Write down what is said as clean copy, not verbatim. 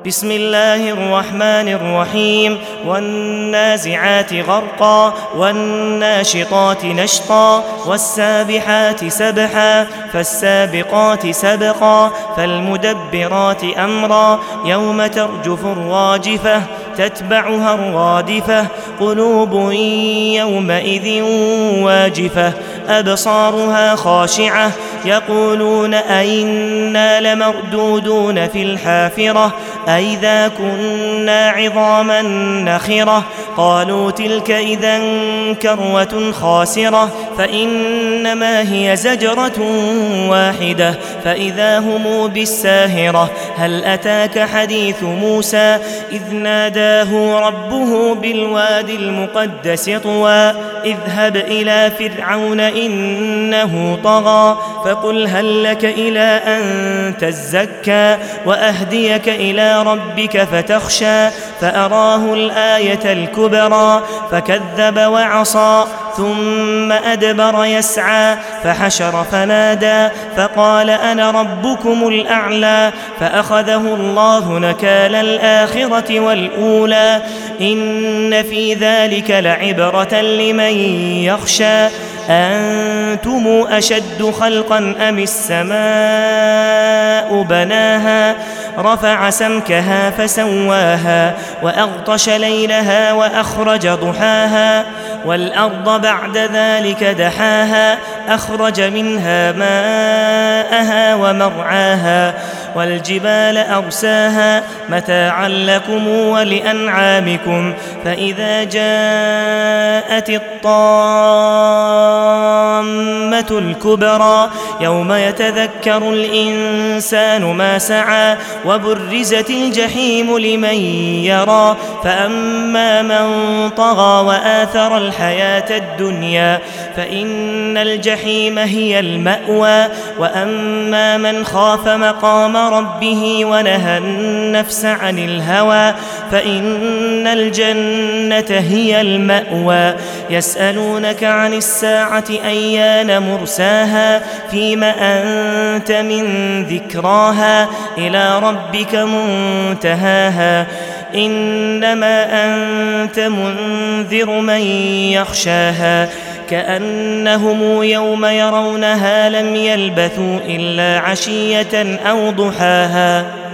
بسم الله الرحمن الرحيم والنازعات غرقا والناشطات نشطا والسابحات سبحا فالسابقات سبقا فالمدبرات أمرا يوم ترجف الراجفة تتبعها الرادفة قلوب يومئذ واجفة أبصارها خاشعة يقولون أئنا لمردودون في الحافرة أئذا كنا عظاما نخرة قالوا تلك إذا كروة خاسرة فإنما هي زجرة واحدة فإذا هم بالساهرة هل أتاك حديث موسى إذ ناداه ربه بالوادي المقدس طوى اذهب إلى فرعون إنه طغى فقل هل لك إلى أن تزكى وأهديك إلى ربك فتخشى فأراه الآية الكبرى فكذب وعصى ثم أدبر يسعى فحشر فنادى فقال أنا ربكم الأعلى فأخذه الله نكال الآخرة والأولى إن في ذلك لعبرة لمن يخشى أنتم أشد خلقا أم السماء بناها رفع سمكها فسواها وأغطش ليلها وأخرج ضحاها والأرض بعد ذلك دحاها أخرج منها ماءها ومرعاها والجبال أرساها متاعا لكم ولأنعامكم فإذا جاءت الطامة الكبرى يوم يتذكر الإنسان ما سعى وبرزت الجحيم لمن يرى فأما من طغى وآثر الحياة الدنيا فإن الجحيم هي المأوى وأما من خاف مقام ربه ونهى النفس عن الهوى فإن الجنة هي المأوى يسألونك عن الساعة أيان مرساها فيم أنت من ذكراها إلى ربك منتهاها إنما أنت منذر من يخشاها كأنهم يوم يرونها لم يلبثوا إلا عشية أو ضحاها